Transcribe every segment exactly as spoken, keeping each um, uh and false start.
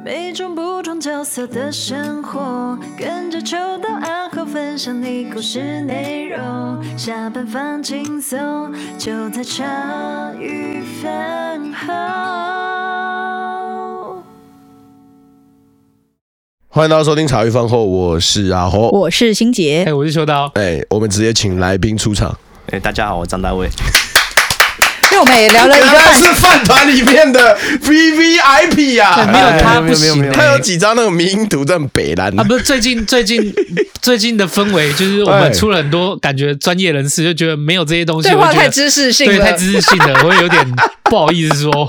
每种不同角色的生活，跟着秋到暗号分享你故事内容。下班放轻松，就在茶余饭后。 欢迎大家收听茶余饭后，我是阿侯， 我是欣杰， 哎、欸，我是秋刀。 哎、欸，我们直接请来宾出场。 哎、欸，大家好，我张大卫。 因为我们也聊了一个， 他是饭团里面的 V V I P 啊， 没有他不行、欸。 他有几张那个迷因图在北蓝啊，不是最近最近最近的氛围，就是我们出了很多感觉专业人士就觉得没有这些东西， 对话太知识性了， 对，太知识性了，我有点不好意思说。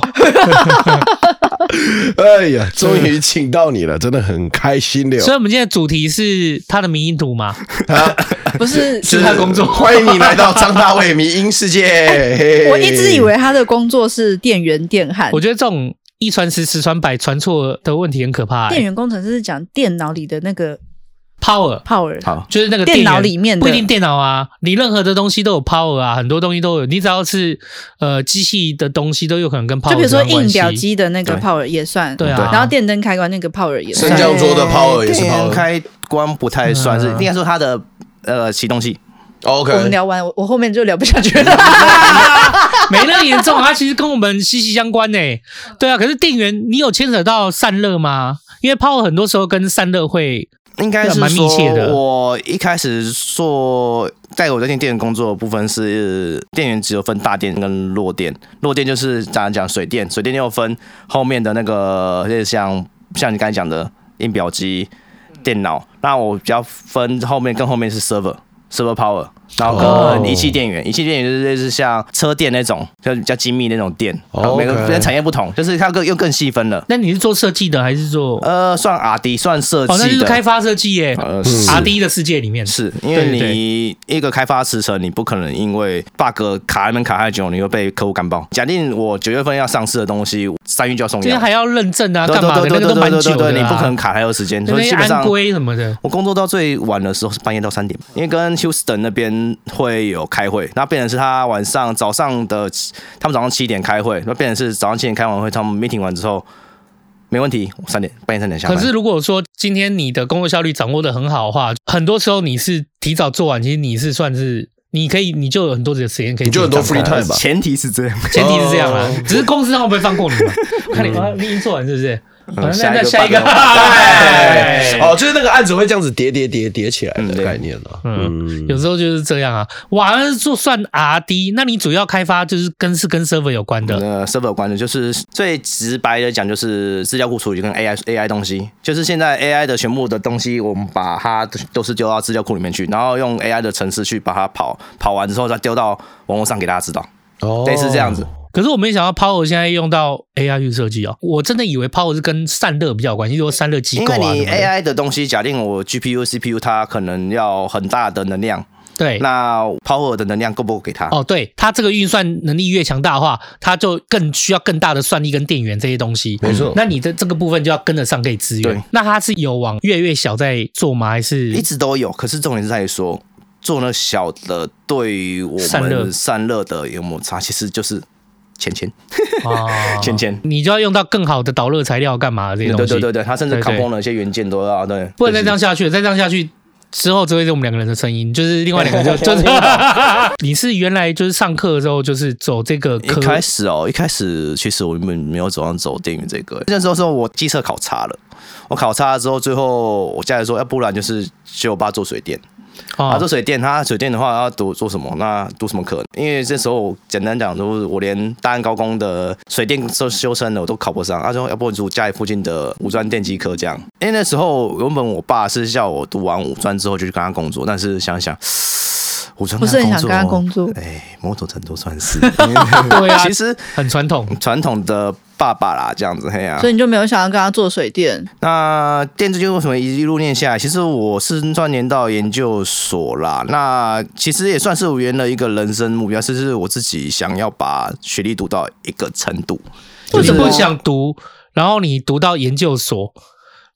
哎呀，终于请到你了，真的很开心的。 所以我们今天的主题是他的迷因图吗？ 啊， 不是， 是他工作。 欢迎你来到张大卫迷因世界。 欸、我一直以为他的工作是电源电焊。 我觉得这种一传十，十传百，传错的问题很可怕、欸。 电源工程师是讲电脑里的那个 power power， 好， 就是那个电脑里面的， 不一定电脑啊，你任何的东西都有 power 啊，很多东西都有。你只要是呃机器的东西，都有可能跟 power 就比如说印表机的那个 power 也算， 对啊。 然后电灯开关那个 power 也算， 升降桌的 power 也是 power， 开关不太算是，应该说它的呃启动器。 OK， 我们聊完，我后面就聊不下去了。 没那严重，它其实跟我们息息相关呢。对啊，可是电源你有牵扯到散热吗？因为 power 很多时候跟散热会应该是蛮密切的。 我一开始做在我在电电工作的部分是电源只有分大电跟弱电，弱电就是咱讲水电，水电又分后面的那个像像你刚才讲的印表机、电脑，那我比较分后面更后面是 server。server power， 然后跟仪器电源，仪器电源就是类似像车电那种，就比较精密那种电，然后每个每个产业不同，就是它更又更细分了。 那你是做设计的还是做？ 呃，算 R D， 算设计的。 哦，那就是开发设计耶。 呃 ，R D 的世界里面是因为你一个开发时程，你不可能因为 bug 卡那边卡太久，你会被客户干爆。假定我九月份要上市的东西，三月就要送样， 这些还要认证啊，干嘛的？那个都蛮久的， 你不可能卡太多时间。 所以基本上安规什么的， 我工作到最晚的时候是半夜到三点，因为跟 Houston 那边会有开会，那变成是他晚上早上的，他们早上七点开会，那变成是早上七点开完会，他们 meeting 完之后没问题，三点半夜三点下班。 可是如果说今天你的工作效率掌握的很好的话，很多时候你是提早做完，其实你是算是你可以，你就有很多的时间可以， 你就很多 free time 吧。 前提是这样， 前提是这样啦，只是公司上会不会放过你嘛？看你你已经做完是不是？ 嗯、 那那下一个， 对，哦，就是那个案子会这样子叠叠叠叠起来的概念啊。 嗯，有时候就是这样啊。哇，那做算 R D， 那你主要开发就是跟是跟 server 有关的。 呃 ，server 有关的，就是最直白的讲，就是资料库处理跟 A I A I 东西，就是现在 A I 的全部的东西，我们把它都是丢到资料库里面去，然后用 A I 的程式去把它跑跑完之后，再丢到网络上给大家知道。哦，类似这样子。 可是我没想到 Power 现在用到 A I 去设计哦，我真的以为 Power 是跟散热比较有关系，就是散热机构啊。 因为你 A I 的东西，假定我 G P U、C P U 它可能要很大的能量， 对， 那 Power 的能量够不够给它？ 哦，对，它这个运算能力越强大的话，它就更需要更大的算力跟电源这些东西。 没错， 那你的这个部分就要跟得上可以支援。那它是有往越来越小在做吗？还是一直都有？可是重点是在于说，做那小的对于我们散热的有摩擦，其实就是。钱钱，钱钱， 你就要用到更好的导热材料干嘛这些东西？ 对对对对，它甚至 component 一些元件都要对， 不能再这样下去，再这样下去之后只会是我们两个人的声音，就是另外两个人就就是。你是原来就是上课的时候就是走这个科？ 一开始哦，一开始其实我原本没有走上走电源这个，那时候说我机测考差了，我考差了之后，最后我家里说，要不然就是学我爸做水电。啊，做水电，他水电的话要读做什么？那读什么课？因为这时候简单讲，就是我连大安高工的水电修修生的我都考不上。他说，要不然读家里附近的五专电机科这样。因为那时候原本我爸是叫我读完五专之后就去跟他工作，但是想想。我不是很想跟他工作， 哎，某种程度算是， 对啊， 其实很传统， 传统的爸爸啦，这样子，嘿啊， 所以你就没有想要跟他做水电？ 那电子就为什么一路念下来？其实我是算念到研究所啦，那其实也算是我圆了一个人生目标，就是我自己想要把学历读到一个程度。 为什么不想读？然后你读到研究所？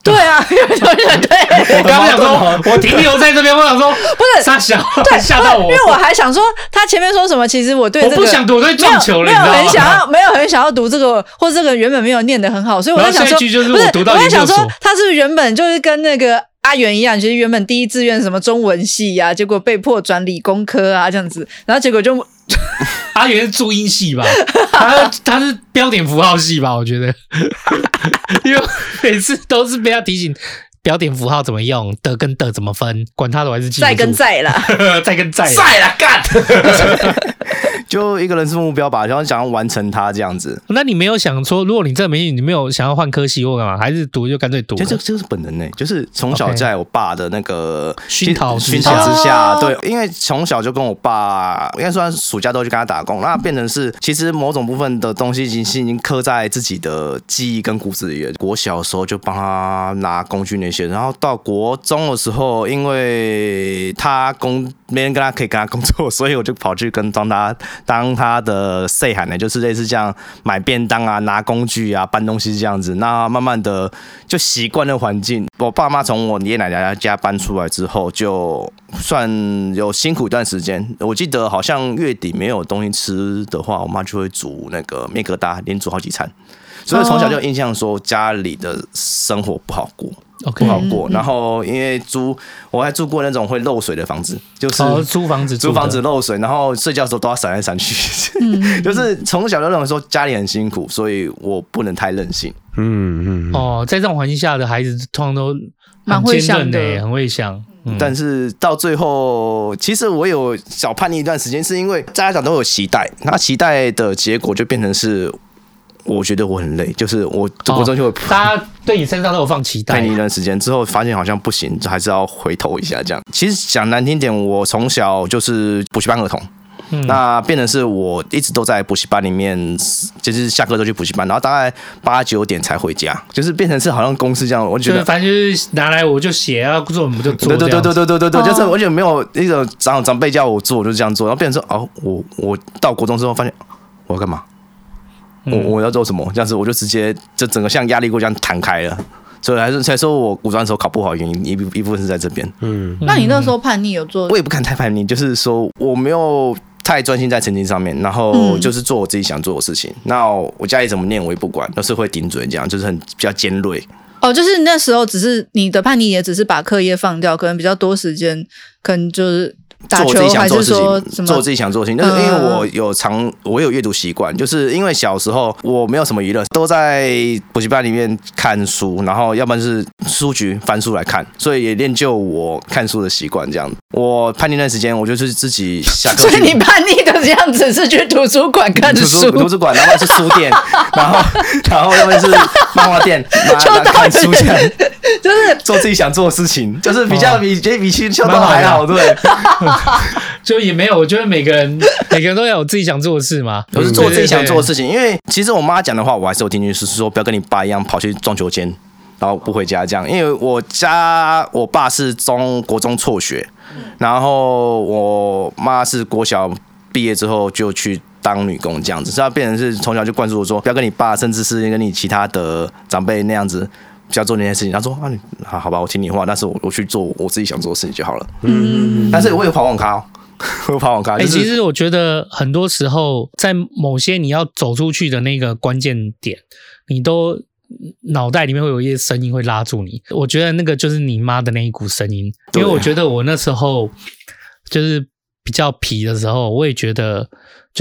对啊，有同学对。 我刚刚想说，我停留在这边，我想说不是傻小， 对， 吓到我， 因为我还想说，他前面说什么，其实我对这个我不想读，我对撞球了， 没有你知道吗很想要，没有很想要读这个，或者这个原本没有念得很好，所以我在想说， 然后下一句就是不是我读到我在研究所想说，他是不是原本就是跟那个阿元一样，其实原本第一志愿什么中文系啊，结果被迫转理工科啊这样子，然后结果就阿元是注音系吧，他他是标点符号系吧，我觉得，因为每次都是被他提醒。标点符号怎么用？的跟的怎么分？管他的，我还是记不住。 再跟再啦， 再跟再在啦，干！ 就一个人生目标吧，然后想要完成它这样子。 那你没有想说，如果你真的没你没有想要换科系或干嘛，还是读就干脆读了？ 其实这这个是本能呢，就是从小在我爸的那个熏陶熏陶之下，对，因为从小就跟我爸，应该说暑假都去跟他打工，那变成是其实某种部分的东西已经已经刻在自己的记忆跟骨子里了。国小的时候就帮他拿工具那些，然后到国中的时候，因为他工没人跟他可以跟他工作，所以我就跑去跟当他当他的细汉呢，就是类似这样买便当啊、拿工具啊、搬东西这样子。那慢慢的就习惯了环境。我爸妈从我爷爷奶奶家搬出来之后，就算有辛苦一段时间。我记得好像月底没有东西吃的话，我妈就会煮那个面疙瘩，连煮好几餐。所以从小就有印象说家里的生活不好过。 Okay, 不好过，然后因为租，我还住过那种会漏水的房子，就是租房子， 租房子漏水，然后睡觉的时候都要闪来闪去，嗯、就是从小就认为说家里很辛苦，所以我不能太任性。 嗯嗯。 哦，在这种环境下的孩子，通常都蛮会想的， 很会想。嗯、 但是到最后，其实我有小叛逆一段时间，是因为家长都有期待，那期待的结果就变成是。我觉得我很累，就是我国中就会、哦， 大家对你身上都有放期待。 陪你一段时间之后，发现好像不行，还是要回头一下这样。其实讲难听点，我从小就是补习班儿童，嗯、那变成是我一直都在补习班里面，就是下课都去补习班，然后大概八九点才回家，就是变成是好像公司这样。我觉得反正就是拿来我就写，要做我们就做。 对对对对对对对对，就是我觉得没有一种长长辈叫我做，我就这样做，然后变成说哦，我我到国中之后发现我要干嘛？我我要做什么？这样子我就直接就整个像压力锅这样弹开了，所以还是才说我五专的时候考不好的原因一一部分是在这边。嗯， 那你那时候叛逆有做？ 我也不敢太叛逆，就是说我没有太专心在成绩上面，然后就是做我自己想做的事情。那我家里怎么念我也不管，都是会顶嘴这样，就是很比较尖锐。 哦，就是那时候只是你的叛逆，也只是把课业放掉，可能比较多时间，可能就是。打球还是说什么？ 做自己想做的事情，就是因为我有常我有阅读习惯，就是因为小时候我没有什么娱乐，都在补习班里面看书，然后要不然是书局翻书来看，所以也练就我看书的习惯。这样，我叛逆那段时间，我就是自己下课。 所以你叛逆的样子是去图书馆看书， 图书馆，然后是书店，然后然后要不然是漫画店，拿拿看书这样。就是做自己想做的事情，就是比较比觉得比去秋刀还好，对。 就也没有，我觉得每个人每个人都要有自己想做的事嘛。 我是做自己想做的事情，因为其实我妈讲的话，我还是有听进去，是说不要跟你爸一样跑去撞球间，然后不回家这样。因为我家我爸是中国中辍学，然后我妈是国小毕业之后就去当女工这样子，所以她变成是从小就灌输我说，不要跟你爸，甚至是跟你其他的长辈那样子。要做那件事情，他说啊，你好好吧，我听你话，但是我我去做我自己想做的事情就好了。嗯，但是我有跑网咖、哦，我有跑网咖。就是欸、其实我觉得很多时候，在某些你要走出去的那个关键点，你都脑袋里面会有一些声音会拉住你。我觉得那个就是你妈的那一股声音，因为我觉得我那时候就是比较皮的时候，我也觉得就是。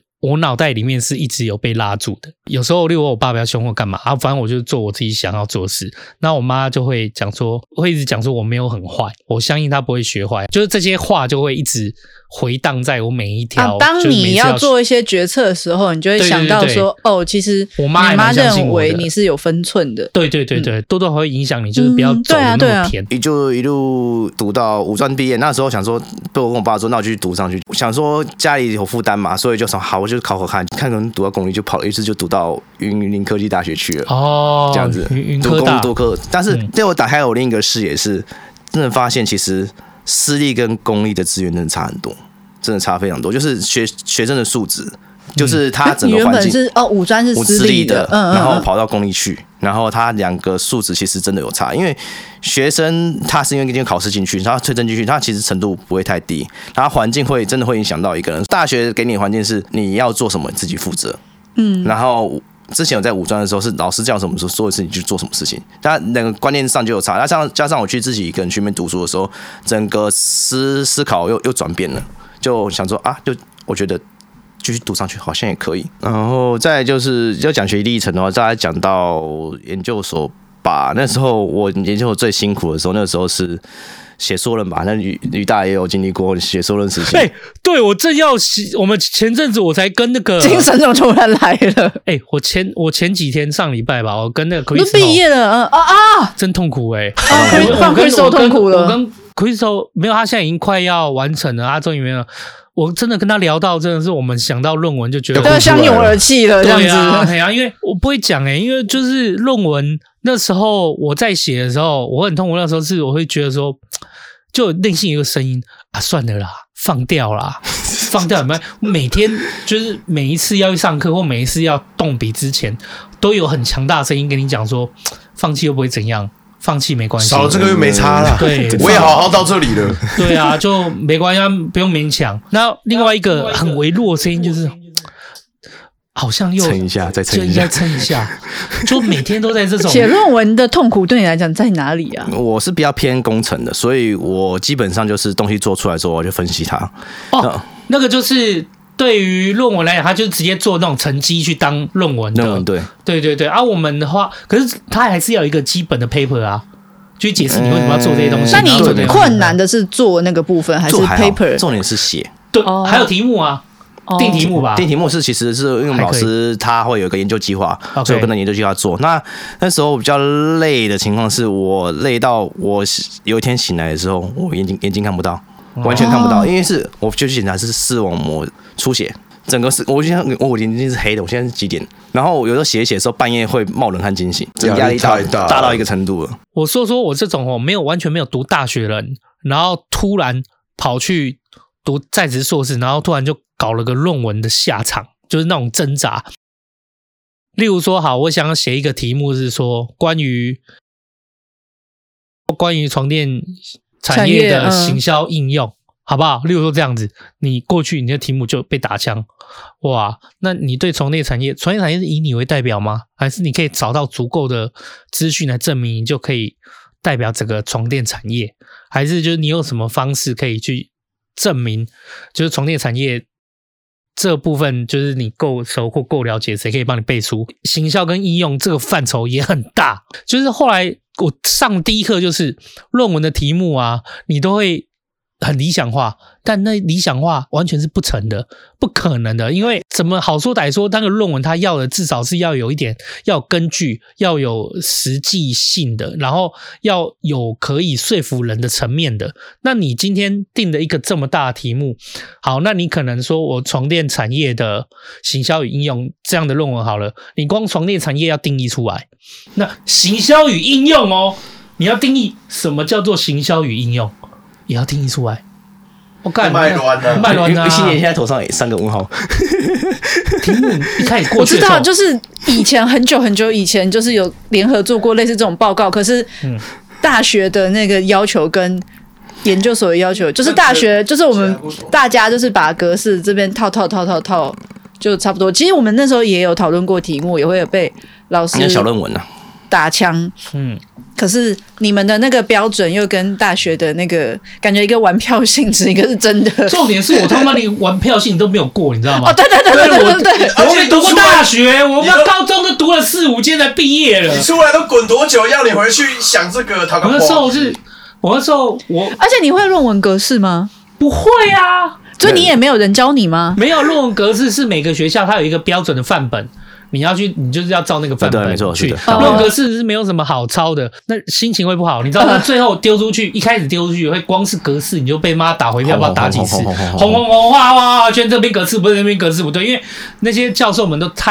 我脑袋里面是一直有被拉住的，有时候例如我爸比较凶或干嘛啊，反正我就做我自己想要做的事。那我妈就会讲说，会一直讲说我没有很坏，我相信她不会学坏，就是这些话就会一直回荡在我每一条。 啊，当你要做一些决策的时候，你就会想到说，对对对对哦，其实我妈你妈认为你是有分寸的。 对对对对，嗯、多多会影响你，就是不要走的那么偏。 也、嗯啊啊、就一路读到五专毕业，那时候想说，被我跟我爸说，那我就去读上去。想说家里有负担嘛，所以就说好，我就考考看，看可能读到公立就跑了一次，就读到云林科技大学去了。哦，这样子， 云读公多科，但是对我打开我另一个视野是，真的发现其实私立跟公立的资源真的差很多，真的差非常多。就是学学生的素质就是他整个原本环境是哦，五专是私立的， 嗯嗯，然后跑到到公立去，然后他两个素质其实真的有差，因为学生他是因为今天考试进去，他推甄进去，他其实程度不会太低，他环境会真的会影响到一个人。大学给你的环境是你要做什么你自己负责，嗯，然后。之前我在五专的时候，是老师叫什么时候做的事情去做什么事情，他那个观念上就有差。加上加上我去自己一个人去那边读书的时候，整个思思考又又转变了，就想说啊，就我觉得继续读上去好像也可以。然后再来就是要讲学习历程的话，再来讲到研究所吧。那时候我研究所最辛苦的时候，那个时候是。写硕论吧，那吕吕大也有经历过写硕论时期。 哎、欸，对我正要写，我们前阵子我才跟那个精神怎么突然来了？ 哎、欸，我前我前几天上礼拜吧，我跟那个 Crystal 毕业了，嗯啊啊， 真痛苦哎、欸， 啊 ，Crystal 痛苦了。 我跟 Crystal 没有，他现在已经快要完成了，他终于没有。我真的跟他聊到，真的是我们想到论文就觉得都相拥而泣了，这样子。 对啊，对啊，因为我不会讲哎、欸，因为就是论文那时候我在写的时候，我很痛苦。那时候是我会觉得说。就内心有一个声音啊，算了啦，放掉啦，放掉有没有？每天就是每一次要去上课或每一次要动笔之前，都有很强大的声音跟你讲说，放弃又不会怎样，放弃没关系， 少了这个又没差啦。 对， 我也好好到这里了。 对啊，就没关系，不用勉强。那另外一个很微弱的声音就是。好像又撑一下，再撑一下， 再撑一下，就每天都在这种写论文的痛苦对你来讲在哪里啊？ 我是比较偏工程的，所以我基本上就是东西做出来之后，我就分析它。 哦，那个就是对于论文来讲，他就直接做那种成绩去当论文的。 论文对， 对对对。啊，我们的话，可是他还是要有一个基本的 paper 啊，去解释你为什么要做这些东西。 那、嗯、你困难的是做那个部分，还是 paper？ 重点是写， 对，哦、还有题目啊。定题目吧， 定题目是其实是因为我们老师他会有一个研究计划，所以我跟着研究计划做。那那时候比较累的情况是我累到我有一天醒来的时候，我眼睛眼睛看不到，完全看不到，因为是我就去检查是视网膜出血，整个是我现在我眼睛是黑的，我现在是几点？然后有时候写一写的时候，半夜会冒冷汗惊醒，这压力大大到一个程度了。 我说说我这种哦，没有完全没有读大学人，然后突然跑去读在职硕士，然后突然就。搞了个论文的下场，就是那种挣扎。例如说，好，我想要写一个题目是说关于关于床垫产业的行销应用，嗯、好不好？例如说这样子，你过去你的题目就被打枪，哇，那你对床垫产业，床垫产业是以你为代表吗？还是你可以找到足够的资讯来证明你就可以代表整个床垫产业？还是就是你有什么方式可以去证明，就是床垫产业？这部分就是你够熟或够了解，谁可以帮你背书？行销跟应用这个范畴也很大。就是后来我上第一课就是论文的题目啊，你都会很理想化，但那理想化完全是不成的，不可能的。因为怎么好说歹说，那个论文它要的至少是要有一点，要有根据，要有实际性的，然后要有可以说服人的层面的。那你今天定的一个这么大的题目，好，那你可能说我床垫产业的行销与应用这样的论文好了，你光床垫产业要定义出来，那行销与应用哦，你要定义什么叫做行销与应用？也要定义出来，我干卖乱了， 卖乱啊！ 新年现在头上有三个问号。 题目一开始过去的时候， 我知道，就是以前很久很久以前，就是有联合做过类似这种报告，可是大学的那个要求跟研究所的要求，就是大学就是我们大家就是把格式这边套套套套套，就差不多。其实我们那时候也有讨论过题目，也会有被老师小论文啊。 打枪，嗯，可是你们的那个标准又跟大学的那个感觉，一个玩票性质，一个是真的。 重点是我他妈连玩票性都没有过，你知道吗？ 哦，对对对对对对对， 我没读过大学，我们高中都读了四五届才毕业了。 你出来都滚多久？要你回去想这个？ 我那时候是，我那时候我， 而且你会论文格式吗？ 不会啊， 所以你也没有人教你吗？ 没有，论文格式是每个学校它有一个标准的范本。你要去，你就是要照那个范本去。论格式是没有什么好抄的，那心情会不好。你知道，他最后丢出去，一开始丢出去会光是格式，你就被妈打回票，不知道打几次，轰轰轰，哗哗哗，圈这边格式不对，那边格式不对，因为那些教授们都太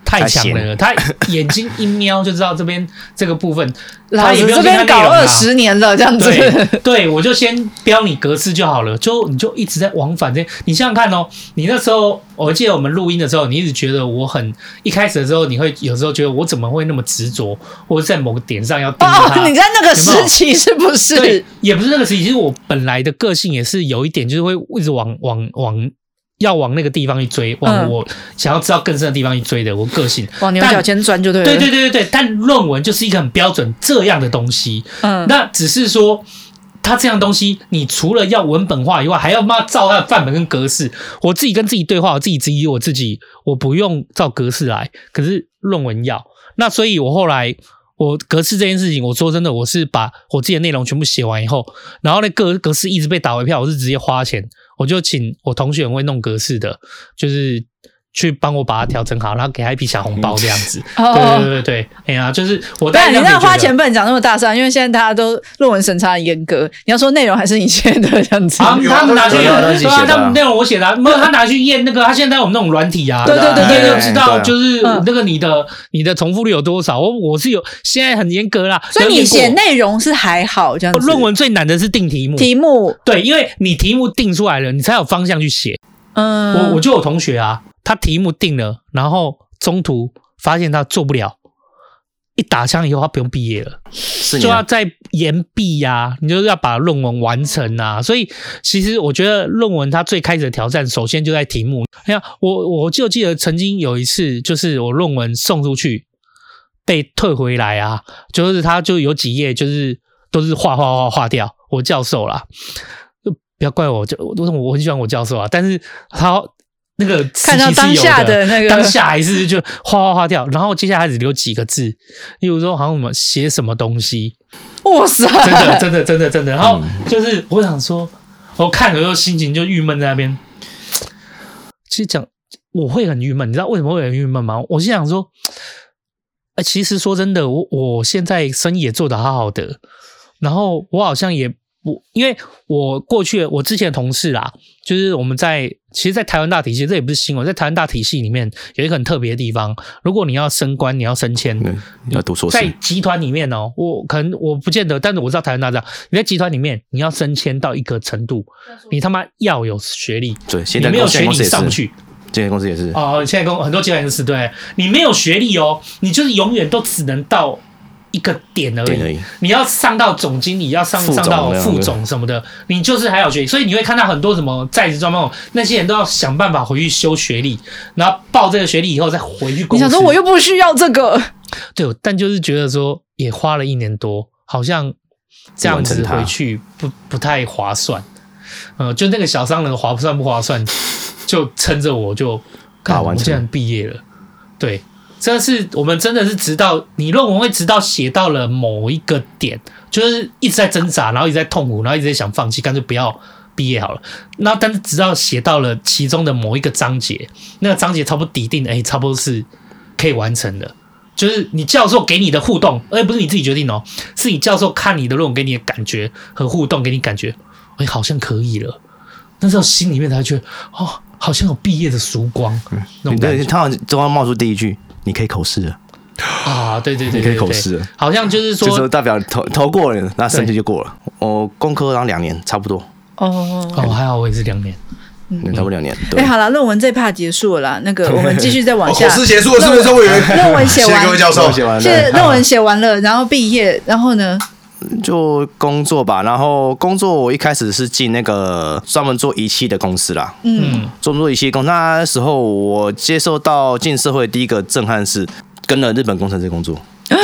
太强了，他眼睛一瞄就知道这边这个部分， 老子这边搞二十年了，这样子。 对，对我就先标你格式就好了，就你就一直在往返这。你想想看哦，你那时候我记得我们录音的时候，你一直觉得我很一开始的时候，你会有时候觉得我怎么会那么执着，或者在某个点上要盯着它。 哦，你在那个时期是不是？ 对，也不是那个时期，其实我本来的个性也是有一点，就是会一直往往往。要往那个地方去追，往我想要知道更深的地方去追的，我个性往牛角尖钻就对了。 对对对对对，但论文就是一个很标准这样的东西。嗯，那只是说，它这样东西，你除了要文本化以外，还要妈照它的范本跟格式。我自己跟自己对话，我自己质疑我自己，我不用照格式来，可是论文要。那所以我后来。我格式这件事情，我说真的，我是把我自己的内容全部写完以后，然后那个格式一直被打回票，我是直接花钱，我就请我同学很会弄格式的，就是去帮我把它调整好，然后给他一笔小红包这样子。 哦、 对对对对，哎呀、啊，就是我当然你那花钱不能讲那么大声，因为现在大家都论文审查很严格，你要说内容还是你写的这样子。 啊、他们拿去，对啊，他们内容我写的、啊，没有他拿去验那个，他现在有我们那种软体啊， 对对对对， 就知道就是那个你的、嗯、你的重复率有多少。我我是有现在很严格啦， 所以你写内容是还好这样子。 论文最难的是定题目， 题目对，因为你题目定出来了，你才有方向去写。嗯，我我就有同学啊。他题目定了，然后中途发现他做不了，一打枪以后他不用毕业了，就要再延毕呀、啊，你就是要把论文完成啊。所以其实我觉得论文它最开始的挑战，首先就在题目。哎呀，我我就记得曾经有一次，就是我论文送出去被退回来啊，就是他就有几页就是都是画画画画掉，我教授啦，不要怪我，就我我很喜欢我教授啊，但是他。那个看到当下的那个， 当下还是就哗哗哗掉，然后接下来只留几个字，例如说好像我们写什么东西， 哇塞， 真的真的真的真的，然后就是我想说，我看的时候心情就郁闷在那边。其实讲我会很郁闷，你知道为什么会很郁闷吗？我心想说，呃，其实说真的，我我现在生意也做得好好的，然后我好像也。我因为我过去我之前的同事啦，就是我们在其实，在台湾大体系，这也不是新闻，在台湾大体系里面有一个很特别的地方，如果你要升官，你要升迁， 你要读硕士， 在集团里面哦，我可能我不见得，但是我知道台湾大这样，你在集团里面你要升迁到一个程度，你他妈要有学历， 对，现在你没有学历上去。 这间公司也是哦，现在公很多集团也是对，你没有学历哦，你就是永远都只能到。一个点而 已, 而已，你要上到总经理，要上上到副总什么的，你就是还有学历，所以你会看到很多什么在职专班，那些人都要想办法回去修学历，然后报这个学历以后再回去公司。 你想说我又不需要这个， 对，但就是觉得说也花了一年多，好像这样子回去不不太划算。呃，就那个小商人划算不划算，就撑着我就，看我竟然毕业了，对。这是我们真的是直到你论文会直到写到了某一个点，就是一直在挣扎，然后一直在痛苦，然后一直在想放弃，干脆不要毕业好了。那但是直到写到了其中的某一个章节，那个章节差不多底定，哎，差不多是可以完成的。就是你教授给你的互动，而不是你自己决定哦，是你教授看你的论文给你的感觉和互动，给你感觉，哎，好像可以了。那时候心里面才觉得，哦，好像有毕业的曙光。嗯，那种感觉。 他好像突然冒出第一句。你可以口试了啊！对对 对, 对, 对, 对， 你可以口试了， 好像就是说， 就是代表投投过了，那升级就过了。我工科然后两年差不多。 哦哦，还好我也是两年， 嗯，差不多两年。 哎，好了，论文这 part 结束了啦，那个我们继续再往下。 口试结束了，是不是周委员？ 论文写完， 谢谢各位教授， 写完了， 是论文写完了，然后毕业，然后呢？ 就工作吧，然后工作我一开始是进那个专门做仪器的公司啦，嗯，专门做仪器公司。那时候我接受到进社会的第一个震撼是跟了日本工程师工作，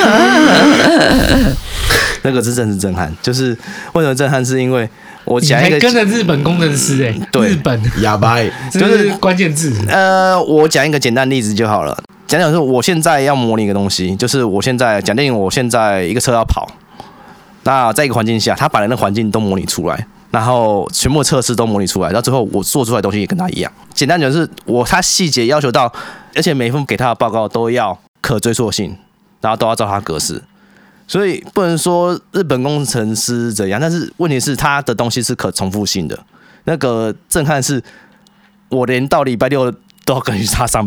那个是真是震撼。就是为什么震撼？是因为我讲一个跟了日本工程师、欸，哎， 对， 日本哑巴， 就是关键字。 呃，我讲一个简单例子就好了。讲讲说，我现在要模拟一个东西，就是我现在假定我现在一个车要跑。那在一个环境下，他把人的环境都模拟出来，然后全部测试都模拟出来，到最后我做出来的东西也跟他一样。简单讲是我他细节要求到，而且每一份给他的报告都要可追溯性，然后都要照他格式。所以不能说日本工程师怎样，但是问题是他的东西是可重复性的。那个震撼是，我连到礼拜六都要跟去他上班，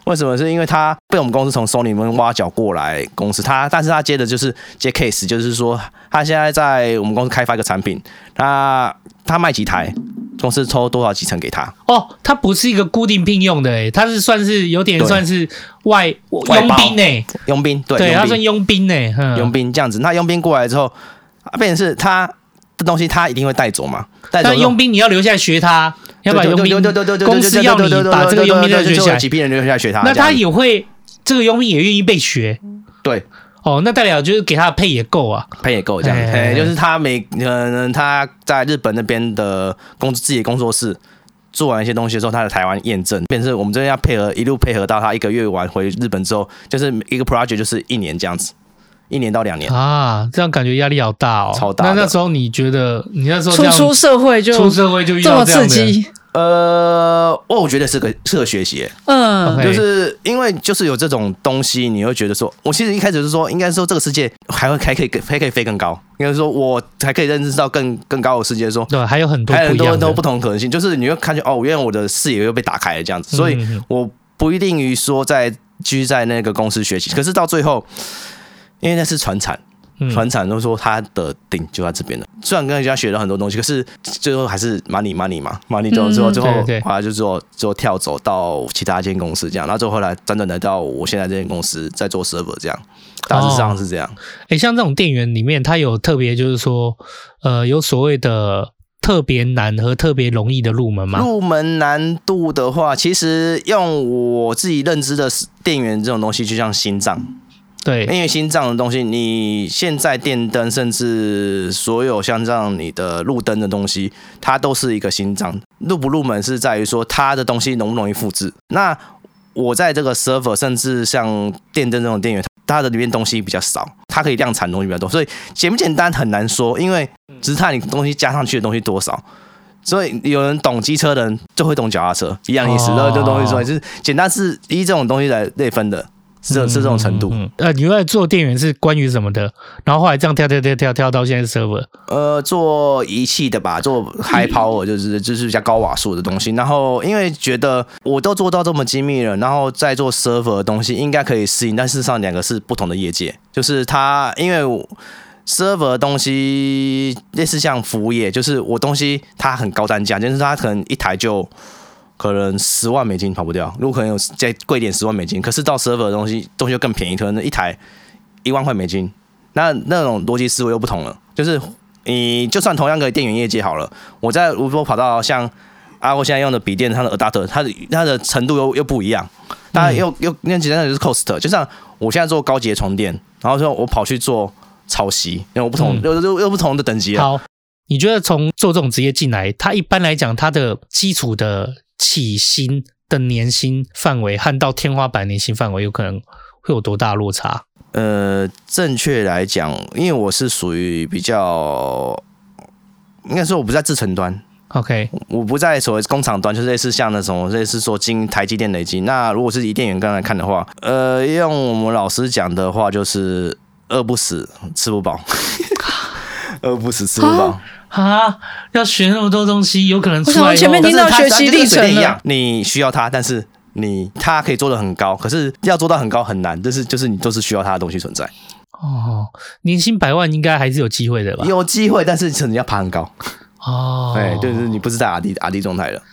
为什么？是因为他被我们公司从 Sony 里面挖角过来公司，他但是他接的就是接 case， 就是说他现在在我们公司开发一个产品，他他卖几台，公司抽多少几成给他。 哦，他不是一个固定聘用的诶，他是算是有点算是外佣兵诶， 佣兵对， 对，他算佣兵诶， 佣兵这样子。那佣兵过来之后，变成是他的东西他一定会带走嘛，带走。 但佣兵你要留下来学他。要把佣兵公司要你把这个佣兵再学起来， 几批人留下来学他， 那他也会这个佣兵也愿意被学， 对， 哦，那代表就是给他的配也够啊， 配也够这样，哎，就是他每可能他在日本那边的工自己的工作室做完一些东西的时候，他的台湾验证，变成我们这边要配合一路配合到他一个月完回日本之后，就是一个 project 就是一年这样子。一年到两年啊，这样感觉压力好大哦， 超大。 那那时候你觉得，你那时候初出社会就出社会就遇到这么刺激？ 呃，我觉得是个是个学习，嗯，就是因为就是有这种东西，你会觉得说，我其实一开始是说，应该说这个世界还会还可以还可以飞更高，应该说我还可以认识到更更高的世界，说对，还有很多还有很多不都不同可能性，就是你会看见哦，原来我的视野又被打开了这样子，所以我不一定于说在继续在那个公司学习，可是到最后，因为那是传产。传产都说他的顶就在这边了，虽然跟人家学了很多东西，可是最后还是 money money 嘛 ，money 之后之后最后后来就之后之后跳走到其他间公司这样，然后最后后来辗转来到我现在这间公司在做 server 这样，大致上是这样。 哎、哦欸，像这种店员里面，它有特别就是说，呃，有所谓的特别难和特别容易的入门吗？ 入门难度的话，其实用我自己认知的店员这种东西，就像心脏。 对， 因为心脏的东西，你现在电灯，甚至所有像这样你的路灯的东西，它都是一个心脏。入不入门是在于说它的东西容不容易复制。那我在这个 server， 甚至像电灯这种电源，它的里面东西比较少，它可以量产的东西比较多，所以简不简单很难说，因为只是看你东西加上去的东西多少。所以有人懂机车的人就会懂脚踏车，一样意思。哦、这东西说就是简单是依这种东西来类分的。是是这种程度。 嗯嗯嗯、呃，你在做店员是关于什么的？然后后来这样跳跳跳跳跳到现在 server。 呃，做仪器的吧，做 high power 就是就是比较高瓦数的东西。然后因为觉得我都做到这么精密了，然后再做 server 的东西应该可以适应，但事实上两个是不同的业界。就是它因为 server 的东西类似像服务业，就是我东西它很高单价，就是它可能一台就。可能十万美金跑不掉，如果可能有再贵一点十万美金，可是到 server 的东西东西就更便宜，可能一台一万块美金，那那种逻辑思维又不同了。就是你就算同样的电源业界好了，我在如果跑到像阿沃现在用的笔电，它的 adapter， 它的它的程度又又不一样，当然又又那简单的就是 cost， 就像我现在做高级的床垫，然后说我跑去做潮汐，因为我不同、嗯、又又又不同的等级了。 好，你觉得从做这种职业进来，它一般来讲，它的基础的起薪的年薪范围和到天花板年薪范围有可能会有多大落差？ 呃，正确来讲，因为我是属于比较，应该说我不在制程端 ，OK， 我不在所谓工厂端，就是类似像那种类似说经台积电累积。那如果是以电源刚来看的话，呃，用我们老师讲的话，就是饿不死，吃不饱，饿不死，吃不饱。 啊！要学那么多东西，有可能出来。 我前面听到学习历程了， 你需要它，但是你它可以做得很高，可是要做到很高很难，就是就是你都是需要它的东西存在。 哦，年薪百万应该还是有机会的吧？ 有机会，但是可能要爬很高。 哦， 对，就是你不是在 R D R D 状态了。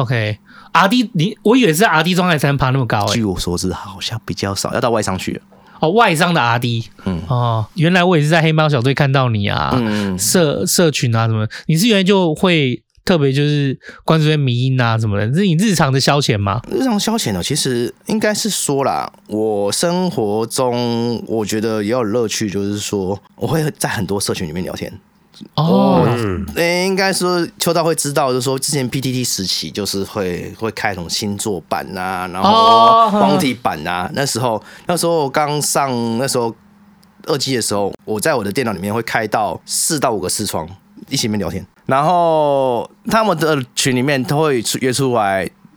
OK，R D 你我以为是 R D 状态才能爬那么高诶、欸。 据我所知，好像比较少，要到外商去了。 哦，外商的 R D， 嗯，哦，原来我也是在黑猫小队看到你啊，嗯，社社群啊什么，你是原来就会特别就是关注这些迷因啊什么的，这是你日常的消遣吗？ 日常消遣哦，其实应该是说啦，我生活中我觉得也有乐趣，就是说我会在很多社群里面聊天。哦，嗯，应该说秋刀会知道，就是说之前 P T T 时期就是会会开什么星座版啊，然后光体版啊，那时候那时候我刚上那时候二季的时候，我在我的电脑里面会开到四到五个视窗一起面聊天，然后他们的群里面都会约出来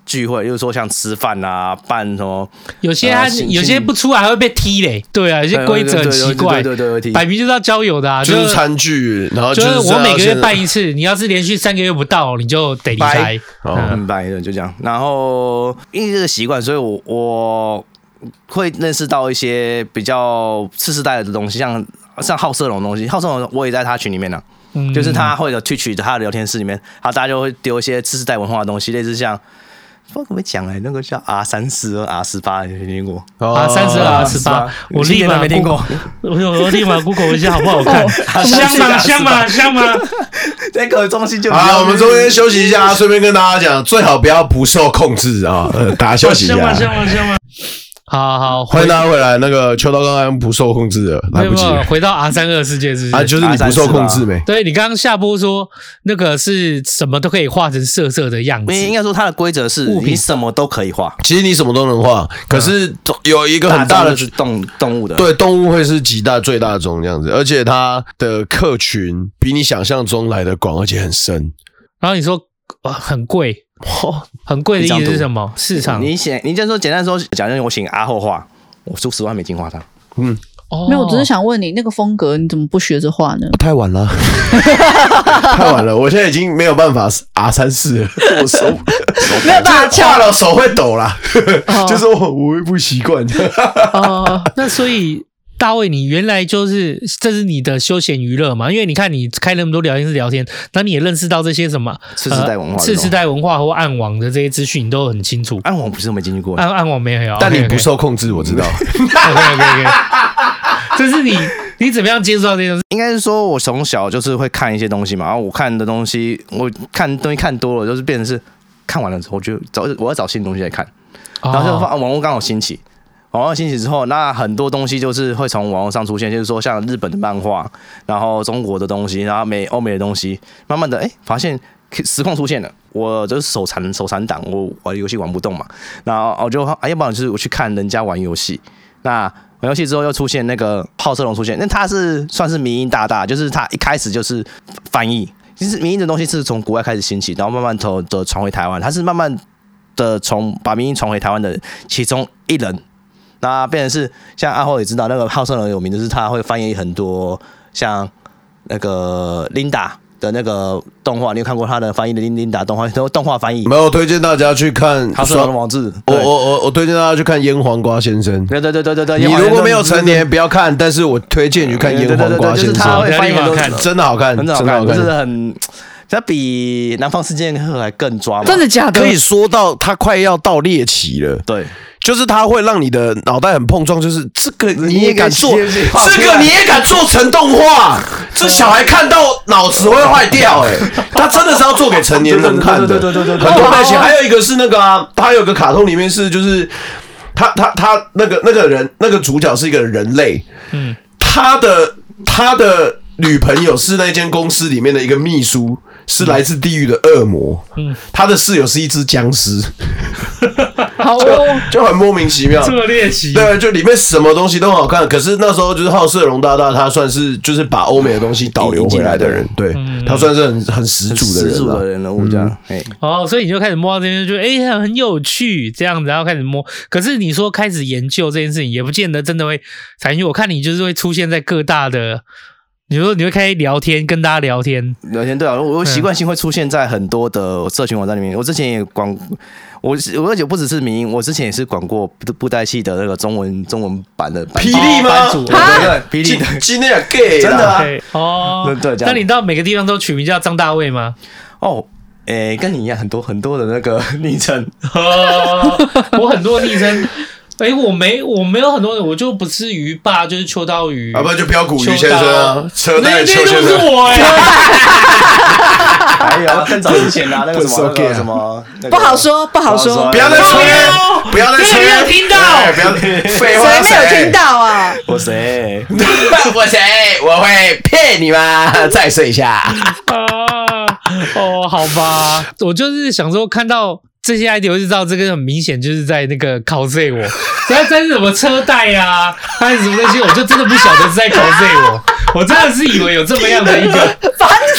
聚会，例如说像吃饭啊，办什么， 有些他、呃、有些不出来还会被踢嘞，对啊，有些规则很奇怪， 对对对， 摆明就是要交友的啊， 就是餐具，然后就是我每个月办一次，你要是连续三个月不到，你就得离开， 嗯，拜的就这样。然后因为这个习惯，所以我我会认识到一些比较次世代的东西，像像好色龙的东西，好色龙我也在他群里面呢、啊。嗯、就是他会有 Twitch 他的聊天室里面，然后大家就会丢一些次世代文化的东西，类似像不知道怎么讲哎，那个叫 R 三十二、R 十八，你听过 ？R 三十二、R 十八，我立马没听过， 我我立马 Google 一下好不好看？香吗？香吗？香吗？ 那个东西就好，我们中间休息一下，顺便跟大家讲，最好不要不受控制啊，呃，大家休息一下。香吗？ 香吗？香吗？好好， 欢迎大家回来。那个秋刀刚刚不受控制了，来不及了。 回到 R 三二世界是不是？ 啊，就是你不受控制没？ 对，你刚刚下播说那个是什么都可以画成色色的样子。 应该说它的规则是你什么都可以画， 其实你什么都能画，可是有一个很大的动动物的， 对，动物会是极大最大宗这样子，而且它的客群比你想象中来的广，而且很深。 然后你说哇很贵。哦、很贵的意思是什么？市场？ 你写，你就说简单说，假如我请阿后画，我出十万美金画他。 嗯， 哦，没有，我只是想问你，那个风格你怎么不学着画呢？ 太晚了，太晚了，我现在已经没有办法 R 三四了，我手没有办法画了，手会抖啦，哦、就是我我会不习惯。 哦，那所以。大卫，你原来就是这是你的休闲娱乐嘛？因为你看你开那么多聊天室聊天，那你也认识到这些什么次世代文化、 次世代文化或暗网的这些资讯，你都很清楚。 暗网不是我没进去过， 暗暗网没有， 但你不受控制，我知道。 OK OK OK， 这是你你怎么样接触到这些东西？ 应该是说我从小就是会看一些东西嘛，然后我看的东西，我看东西看多了，就是变成是看完了之后，我就找我要找新东西来看，然后就发网络刚好兴起。网络兴起之后，那很多东西就是会从网络上出现，就是说像日本的漫画，然后中国的东西，然后美欧美的东西，慢慢的哎发现实况出现了，我就是手残手残党，我玩游戏玩不动嘛，然后我就哎要不然就是我去看人家玩游戏，那玩游戏之后又出现那个好色龙出现，那他是算是迷因大大，就是他一开始就是翻译，其实迷因的东西是从国外开始兴起，然后慢慢的的传回台湾，他是慢慢的从把迷因传回台湾的其中一人。那变成是像阿后也知道，那个好色龙有名，就是他会翻译很多像那个 Linda 的那个动画，你有看过他的翻译的 Linda 动画？动画翻译没有？推荐大家去看好色龙的网志。 我我我我推荐大家去看腌黄瓜先生。 对对对对对对。 你如果没有成年不要看，但是我推荐你去看腌黄瓜先生。 他会翻译很多， 真的好看， 真的好看，就是很。它比南方四剑客还更抓马， 真的假的？ 可以说到它快要到猎奇了。 对， 就是它会让你的脑袋很碰撞，就是这个你也敢做，这个你也敢做成动画，这小孩看到脑子会坏掉哎、欸！他真的是要做给成年人看的，对对对对对，很多类型。还有一个是那个啊，他有个卡通里面是就是他他他那个那个人那个主角是一个人类，嗯，他的他的女朋友是那间公司里面的一个秘书。是来自地狱的恶魔，嗯，他的室友是一只僵尸， 好哦， 就很莫名其妙， 这么猎奇， 对，就里面什么东西都很好看。可是那时候就是好色龙大大，他算是就是把欧美的东西导流回来的人，对、嗯、他算是很很始祖的人， 始祖的人物这样。哎、 嗯，哦，所以你就开始摸到这边，就觉得哎、欸、很有趣，这样子，然后开始摸。可是你说开始研究这件事情，也不见得真的会产生。我看你就是会出现在各大的。你说你会开聊天，跟大家聊天， 聊天对啊，我习惯性会出现在很多的社群网站里面。我之前也管，我我而且不只是民营，我之前也是管过布袋戏的那个中文中文版的霹雳吗？ 对对，霹雳的， 今天 gay 真的啊， 哦，对对，那你到每个地方都取名叫张大卫吗？ 哦。诶、欸，跟你一样，很多很多的那个昵称， 我很多昵称。哎、欸，我没，我没有很多人，我就不是鱼爸，就是秋刀鱼， 要、啊、不然就标股鱼先生啊，车贷邱先生， 那是我哎、欸。 还有更早之前啊，那个什么、那个、什么、那个， 不好说，不好说， 不要再吹，不要再吹， 没有听到， 不要废话， 谁没有听到啊？ 我谁？ 我谁？我会骗你吗？再睡一下。 啊，哦，好吧，我就是想说看到。这些 I D 我就知道，这个很明显就是在那个考 Z 我，然后在什么车贷啊，还是什么那些，我就真的不晓得是在考 Z 我，我真的是以为有这么样的一个， 烦死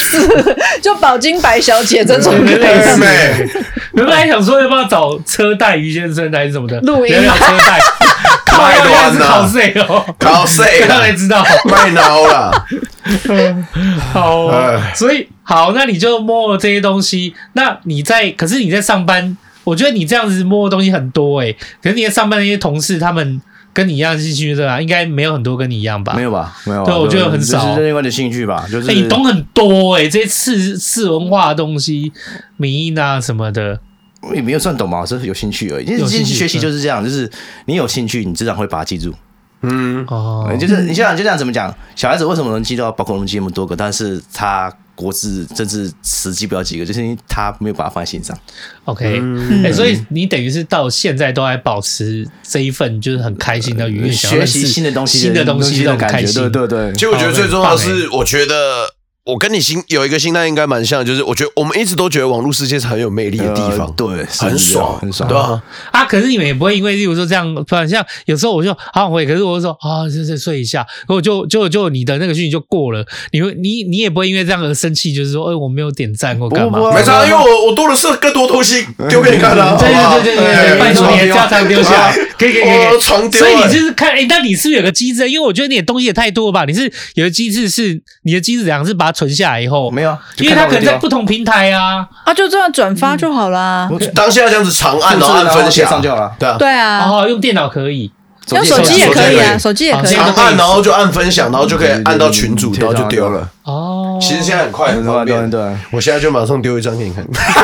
是，就宝金白小姐这种类似。 原本还想说要不要找车贷于先生还是什么的录音聊聊车贷，靠要要是考税哦， 考税， 刚才知道卖脑了。 好、哦，所以好，那你就摸了这些东西。那你在，可是你在上班，我觉得你这样子摸的东西很多哎、欸。可是你在上班的那些同事，他们跟你一样兴趣对吧？应该没有很多跟你一样吧？ 没有吧？没有、啊。 对，我觉得很少。 就是另外的兴趣吧，就是。 哎、欸，你懂很多哎、欸，这些次次文化的东西，迷因啊什么的。 也没有算懂吧，是有兴趣而已。因为学习就是这样，就是你有兴趣，你自然会把它记住。嗯，哦，就是你想想就这样怎么讲？小孩子为什么能记到宝可梦记那么多个，但是他国字甚至词记不了几个，就是因为他没有把它放在心上。 OK，哎、嗯欸，所以你等于是到现在都还保持这一份就是很开心的愉悦， 学习新的东西、 新的东西的感觉， 对对对。 其实我觉得最重要的是，我觉得。我跟你心有一个心态应该蛮像，就是我觉得我们一直都觉得网络世界是很有魅力的地方，呃、 对， 很爽， 很爽， 对啊。 啊，可是你们也不会因为，例如说这样，突然像有时候我就好想回，可是我就说啊，就是睡一下，我就就就你的那个讯息就过了，你会你你也不会因为这样而生气，就是说，哎、欸，我没有点赞或干嘛？ 没差，因为我我多的是更多东西丢给你看了， 对对对对对，拜托你的家常丢下来，可以可以可以， 床丢。 所以你就是看，哎、欸，那你是不是有个机制？因为我觉得你的东西也太多了吧？你是有个机制是你的机制，两个是把它存下来以后。 没有， 因为他可能在不同平台啊， 啊，就这样转发就好啦。 嗯、当下这样子长按，然后按分享就好了。 对啊， 对啊， 哦，用电脑可以， 用手机也可以啊，手机也可以。 长按，然后就按分享，然后就可以按到群组，然后就丢了。哦，其实现在很快，很方便。对，我现在就马上丢一张给你看。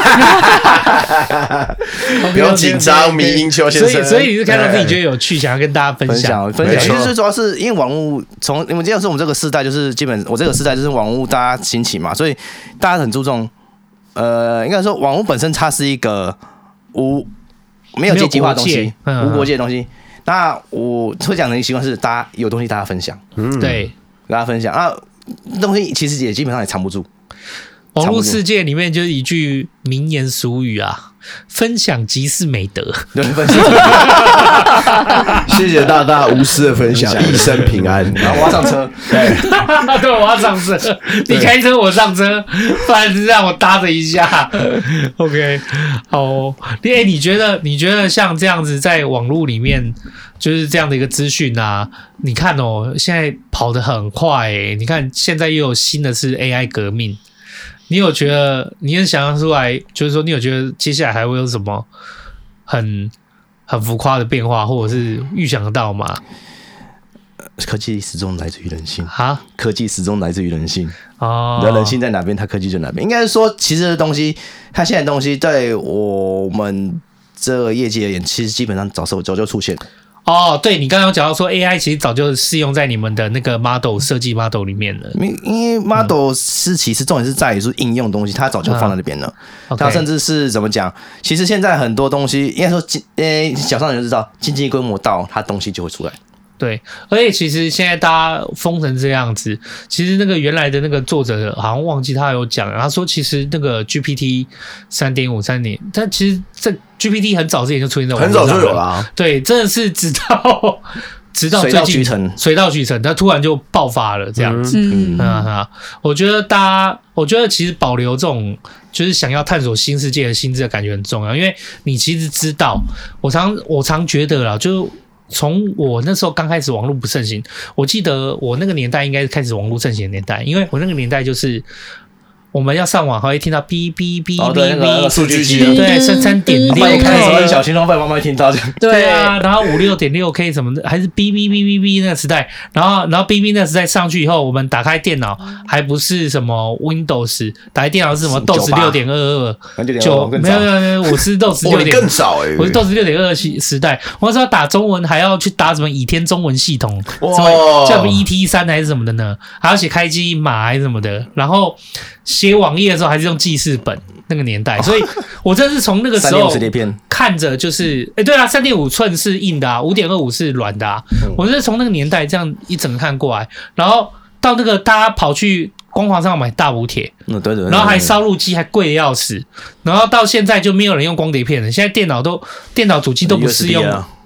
不要紧张，迷因邱先生。 所以，所以你是看到自己觉得有趣，想要跟大家分享分享。其实主要是因为网络从你们这样说，我们这个世代就是基本，我这个世代就是网络大家兴起嘛，所以大家很注重。呃，应该说网络本身它是一个无没有阶级化的东西，无国界的东西。那我会讲的一个习惯是，大家有东西大家分享， 嗯，对， 大家分享啊，东西其实也基本上也藏不住。 网络世界里面就是一句名言俗语啊，分享即是美德。 对，分享。 谢谢大大无私的分享，一生平安。 然后我要上车， 对，对，我要上车。你开车，我上车，不然让我搭着一下。OK， 好、哦。哎，你觉得？你觉得像这样子，在网络里面，就是这样的一个资讯啊？你看哦，现在跑得很快哎。你看现在又有新的是 A I 革命。你有觉得，你有想象出来，就是说，你有觉得接下来还会有什么很很浮夸的变化，或者是预想得到吗？ 科技始终来自于人性啊！ 科技始终来自于人性哦， 你的人性在哪边，它科技就哪边。应该是说，其实的东西，它现在的东西，对我们这个业界而言，其实基本上早早就出现了。 哦，对，你刚刚有讲到说 A I 其实早就适用在你们的那个 model 设计 model 里面了， 因为 model 是其实重点是在于说应用东西，它早就放在那边了。嗯、它甚至是怎么讲？其实现在很多东西，应该说，呃，小商人就知道，经济规模到，它东西就会出来。 对，而且其实现在大家疯成这样子，其实那个原来的那个作者好像忘记他有讲，他说其实那个 G P T 三点五 三点，但其实这 G P T 很早之前就出现在网络上了， 很早就有了、啊。 对，真的是直到直到最近水到渠成， 水到渠成，它突然就爆发了这样子。嗯嗯啊，我觉得大家，我觉得其实保留这种就是想要探索新世界的心智的感觉很重要，因为你其实知道，我常我常觉得啦，就。从我那时候刚开始网络不盛行，我记得我那个年代应该是开始网络盛行的年代，因为我那个年代就是我们要上网还会听到哔哔哔哔哔数据机， 对，三三点六 K， 小心哦，被妈妈听到。 对啊，然后五六点六 K 什么的，还是哔哔哔哔哔那个时代，然后然后哔哔那个时代上去以后，我们打开电脑还不是什么 Windows， 打开电脑是什么 D O S 六点二二，九没有没有没有，我是 D O S 六点更早哎， 我是 D O S 六点二二时代，我那时候打中文还要去打什么倚天中文系统，什么叫什么 E T 三还是什么的呢？还要写开机码还是什么的，然后。写网页的时候还是用记事本，那个年代，所以我真是从那个时候看着就是，哎、欸，对啊，三点五寸是硬的啊，五点二五是软的啊，嗯、我是从那个年代这样一整个看过来，然后到那个大家跑去光华上买大补帖， 嗯，对对， 然后还烧录机还贵的要死，然后到现在就没有人用光碟片了，现在电脑都电脑主机都不是用。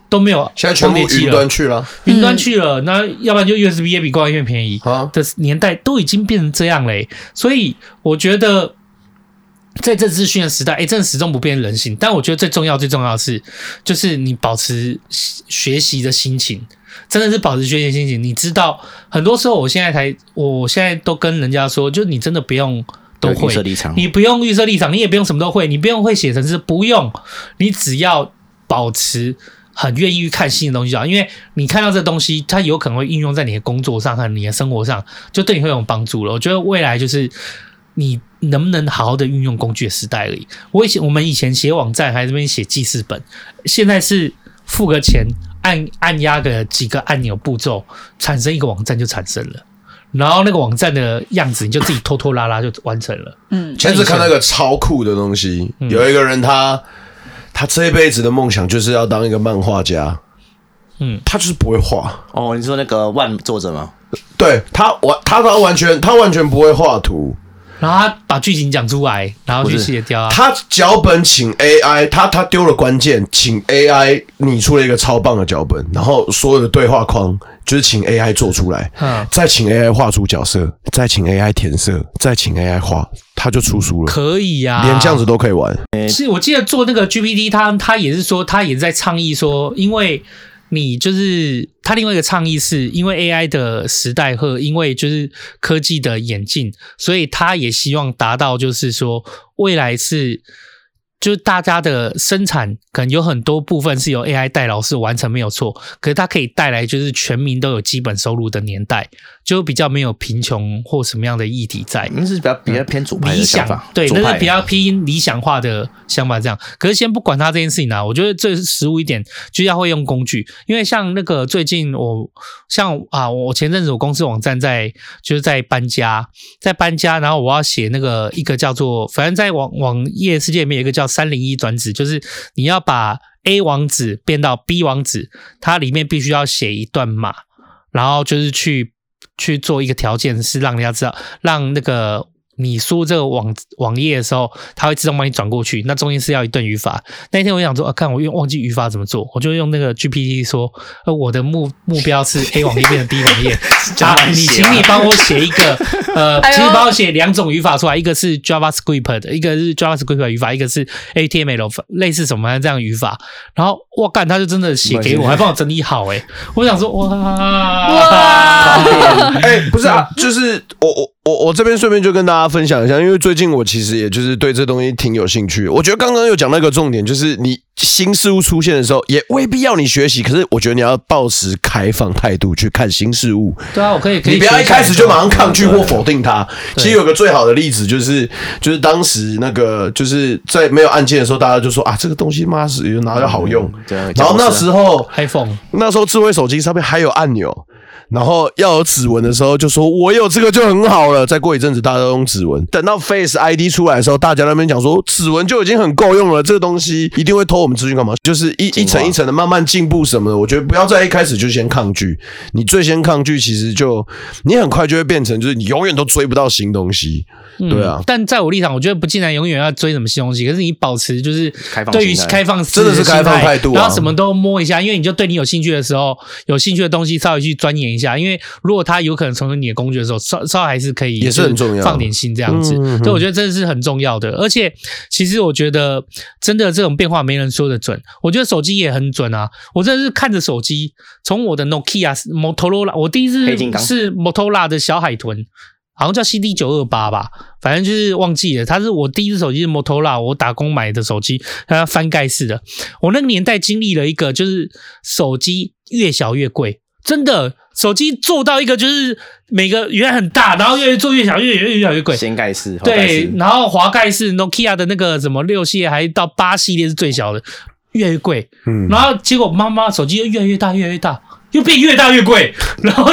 都没有， 现在全部云端去了， 云端去了，那要不然就 U S B 也比光纤便宜的年代都已经变成这样嘞、欸，所以我觉得在这资讯的时代，哎，真的始终不变人性。但我觉得最重要、最重要的是，就是你保持学习的心情，真的是保持学习的心情。你知道，很多时候我现在才，我现在都跟人家说，就你真的不用。都会，你不用预设立场，你也不用什么都会，你不用会写程式，不用，你只要保持很愿意去看新的东西就好，因为你看到这东西，它有可能会应用在你的工作上和你的生活上，就对你会有帮助了。我觉得未来就是你能不能好好的运用工具的时代而已。我以前我们以前写网站还这边写记事本，现在是付个钱，按按压个几个按钮步骤，产生一个网站就产生了。然后那个网站的样子，你就自己拖拖拉拉就完成了。嗯， 前次看那个超酷的东西，嗯、有一个人他他这一辈子的梦想就是要当一个漫画家。嗯，他就是不会画。 哦，你说那个万作者吗？ 对他完他他完全他完全不会画图。 然后他把剧情讲出来，然后去写掉、啊。 他脚本请 A I， 他他丢了关键，请 A I 拟出了一个超棒的脚本，然后所有的对话框就是请 A I 做出来，嗯、再请 A I 画出角色，再请 A I 填色，再请 A I 画，他就出书了。 可以呀、啊， 连这样子都可以玩。 是我记得做那个 G P T， 他他也是说，他也是在倡议说，因为。你就是他另外一个倡议是因为 A I 的时代和因为就是科技的演进，所以他也希望达到就是说未来是就是大家的生产可能有很多部分是由 A I 代劳是完成没有错，可是它可以带来就是全民都有基本收入的年代，就比较没有贫穷或什么样的议题在。 那是比较比较偏左派的想法， 对，那是比较偏理想化的想法这样。可是先不管他这件事情啊，我觉得最实务一点就要会用工具，因为像那个最近我像啊，我前阵子我公司网站在就是在搬家，在搬家，然后我要写那个一个叫做，反正在网网页世界里面有一个叫三零一转址，就是你要把 A 网址变到 B 网址，它里面必须要写一段码，然后就是去去做一个条件，是让人家知道，让那个你输入这个网网页的时候，它会自动帮你转过去。那中间是要一段语法。那一天我想说，啊，看我用忘记语法怎么做，我就用那个 G P T 说，呃，我的目目标是 A 网页变成 B 网页，啊，你请你帮我写一个，呃，请你帮我写两种语法出来，一个是 JavaScript 的，一个是 JavaScript 的语法，一个是 H T M L 类似什么这样的语法。然后我干，他就真的写给我，还帮我整理好哎、欸。我想说，哇哇， 哎、欸，不是啊，就是我我。我我这边顺便就跟大家分享一下，因为最近我其实也就是对这东西挺有兴趣。我觉得刚刚有讲那个重点，就是你新事物出现的时候，也未必要你学习，可是我觉得你要抱持开放态度去看新事物。 对啊，我可以，可以你不要一开始就马上抗拒或否定它。其实有个最好的例子就是，就是当时那个就是在没有按键的时候，大家就说啊，这个东西妈是哪有好用？嗯、然后那时候 iPhone 那时候智慧手机上面还有按钮。然后要有指纹的时候，就说我有这个就很好了。再过一阵子，大家都用指纹。等到 Face I D 出来的时候，大家那边讲说指纹就已经很够用了，这个东西一定会偷我们资讯干嘛？就是一一层一层的慢慢进步什么的。我觉得不要在一开始就先抗拒，你最先抗拒，其实就你很快就会变成就是你永远都追不到新东西。对啊、嗯， 但在我立场，我觉得不尽然永远要追什么新东西，可是你保持就是对于开放真的是开放态度、啊， 然后什么都摸一下，因为你就对你有兴趣的时候，有兴趣的东西稍微去钻研一下，因为如果它有可能成为你的工具的时候，稍稍还是可以也是很重要， 放点心这样子，嗯、所以我觉得这是很重要的。而且其实我觉得真的这种变化没人说的准，我觉得手机也很准啊，我真的是看着手机，从我的 Nokia、Motorola， 我第一次是 Motorola 的小海豚。好像叫 C D 九二八 吧，反正就是忘记了。它是我第一只手机是 Motorola， 我打工买的手机，它翻盖式的。我那个年代经历了一个，就是手机越小越贵，真的，手机做到一个就是每个原来很大，然后越做越小，越越越小越贵。 掀盖式， 对，然后滑盖式 Nokia 的那个什么六系列，还到八系列是最小的，越来越贵。嗯，然后结果妈妈手机又越来越大，越来越大。又变越大越贵，然后就是，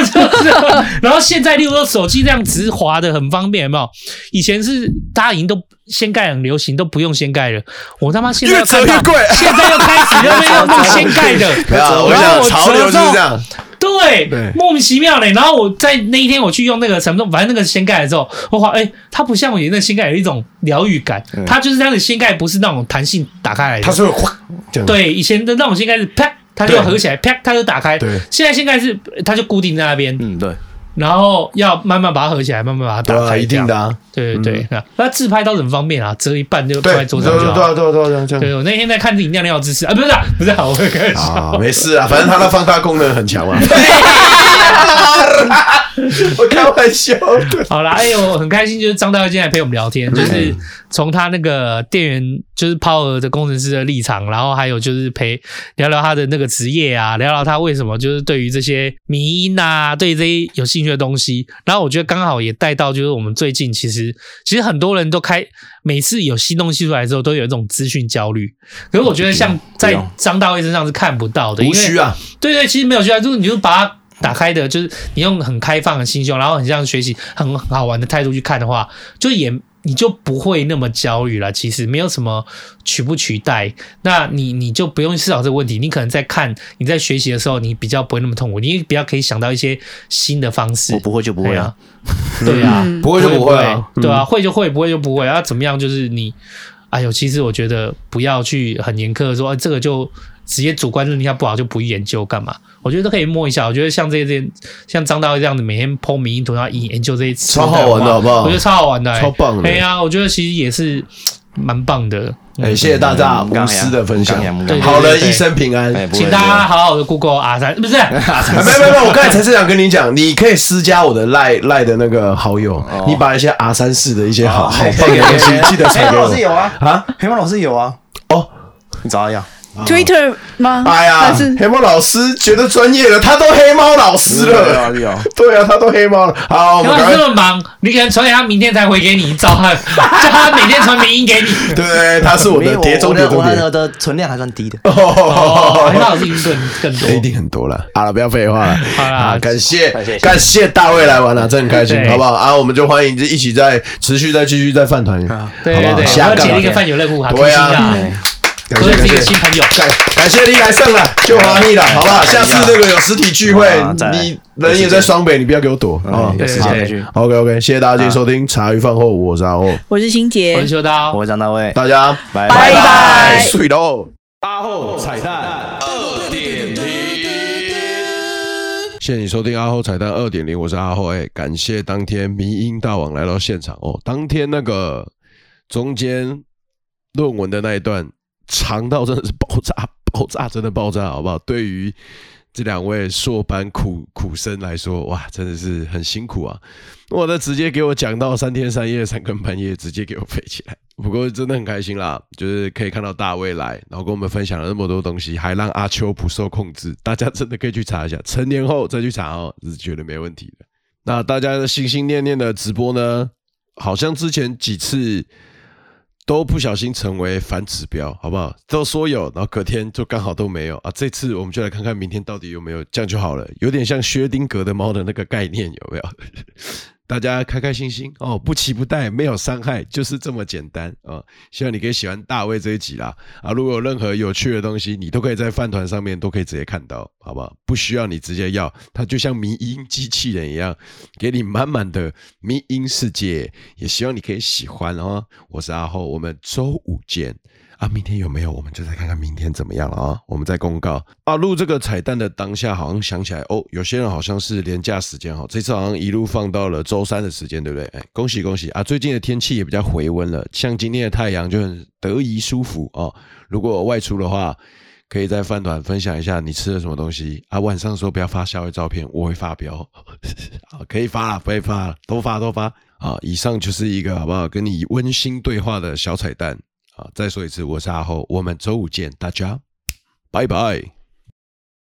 然后现在例如说手机这样直滑的很方便，有没有？以前是大家已经都掀盖很流行，都不用掀盖了。我他妈现在越折越贵， 现在又开始又没有弄掀盖的。 然后我想潮流就是这样， 对，对莫名其妙嘞。然后我在那一天我去用那个什么，反正那个掀盖的时候，我发现哎，它不像我以前那掀盖有一种疗愈感，嗯、它就是它的掀盖不是那种弹性打开来的， 它是会对以前的那种掀盖是啪。 它就合起来，啪，它就打开。 对， 现在现在是它就固定在那边， 嗯，对。 然后要慢慢把它合起来，慢慢把它打开， 对啊，一定的啊。 对对对，那自拍倒是很方便啊，折一半就放在桌上就好。 对对对对对， 对我那天在看饮料尿姿势啊，不是不是，我会开玩笑， 没事啊，反正它的放大功能很强嘛。我开玩笑的。 好啦，哎呦，很开心，就是张大卫今天来陪我们聊天，就是从他那个店员，就是 Power 的工程师的立场，然后还有就是陪聊聊他的那个职业啊，聊聊他为什么就是对于这些迷因啊，对于这些有兴趣的东西，然后我觉得刚好也带到就是我们最近其实其实很多人都开每次有新东西出来之后都有一种资讯焦虑，可是我觉得像在张大卫身上是看不到的， 无需啊， 对对，其实没有需要，就是你就把它打开的，就是你用很开放的心胸，然后很像学习很很好玩的态度去看的话，就也你就不会那么焦虑了。其实没有什么取不取代，那你你就不用思考这个问题。你可能在看你在学习的时候，你比较不会那么痛苦，你比较可以想到一些新的方式。 我不会就不会啊， 对啊， 嗯、不会就不会啊， 对啊，会就会，不会就不会啊。怎么样？就是你，哎呦，其实我觉得不要去很严苛的说，哎，这个就直接主观认定它不好就不研究干嘛？我觉得都可以摸一下。我觉得像这些像张大卫这样子，每天 po 迷因图，然后研究这些词， 超好玩的，好不好？ 我觉得超好玩的、欸， 超棒的。 对啊，我觉得其实也是蛮棒的。 哎、欸，谢谢大家无私的分享。 对， 好人一生平安， 请大家好好的 Google 阿三，不是？没有没有，我刚才才是想跟你讲，你可以私加我的赖赖的那个好友，哦、你把一些阿三式的一些好、哦、好棒的东西记得传给我。 黑猫老师有啊， 啊， 黑猫老师有啊。 哦， 你找他要。 Twitter 吗？ 哎呀，黑猫老师觉得专业了，他都黑猫老师了。对啊，他都黑猫了。好，我们刚这么忙，你可能传给他，明天才回给你，照他叫他每天传迷因给你。 对，他是我的碟中谍， 我的的存量还算低的。 哦，黑猫老师一定更更多， 一定很多了。好了，不要废话了。 好啦， 感谢感谢大卫来玩了，真很开心，好不好？啊，我们就欢迎一起再持续再继续再饭团， 对对对，我要解了一个饭友任务， 对啊。 感谢感谢新朋友， 感感谢你来上了，就华蜜了，好不好？下次那个有实体聚会，你人也在双北，你不要给我躲啊！ 有时间去。 OK OK， 谢谢大家今天收听茶余饭后，我是阿后， 我是欣杰， 我是秋刀， 我是张大卫， 大家拜拜拜， 睡喽！阿后彩蛋二点零，谢谢你收听阿后彩蛋二点零，我是阿后，哎，感谢当天迷因大王来到现场哦，当天那个中间论文的那一段。长到真的是爆炸，爆炸真的爆炸，好不好？对于这两位硕班苦苦生来说，哇，真的是很辛苦啊！我的直接给我讲到三天三夜、三更半夜，直接给我飞起来。不过真的很开心啦，就是可以看到大卫来，然后跟我们分享了那么多东西，还让阿秋不受控制。大家真的可以去查一下，成年后再去查哦，是绝对没问题的。那大家的心心念念的直播呢，好像之前几次。都不小心成为反指标，好不好？都说有，然后隔天就刚好都没有啊！这次我们就来看看明天到底有没有，这样就好了。有点像薛丁格的猫的那个概念，有没有？大家开开心心哦，不期不待，没有伤害，就是这么简单啊、哦！希望你可以喜欢大卫这一集啦啊！如果有任何有趣的东西，你都可以在饭团上面都可以直接看到，好不好？不需要你直接要，它就像迷因机器人一样，给你满满的迷因世界。也希望你可以喜欢哦。我是阿后，我们周五见。啊，明天有没有？我们就再看看明天怎么样了啊！我们再公告啊。录这个彩蛋的当下，好像想起来哦，有些人好像是连假时间哈，这次好像一路放到了周三的时间，对不对？哎，恭喜恭喜啊！最近的天气也比较回温了，像今天的太阳就很得宜舒服哦。如果外出的话，可以在饭团分享一下你吃了什么东西啊。晚上的时候不要发校外照片，我会发飙啊，可以发啦，不会发啦，都发都发啊。以上就是一个好不好？跟你温馨对话的小彩蛋。啊，再说一次，我是阿后，我们周五见，大家拜拜。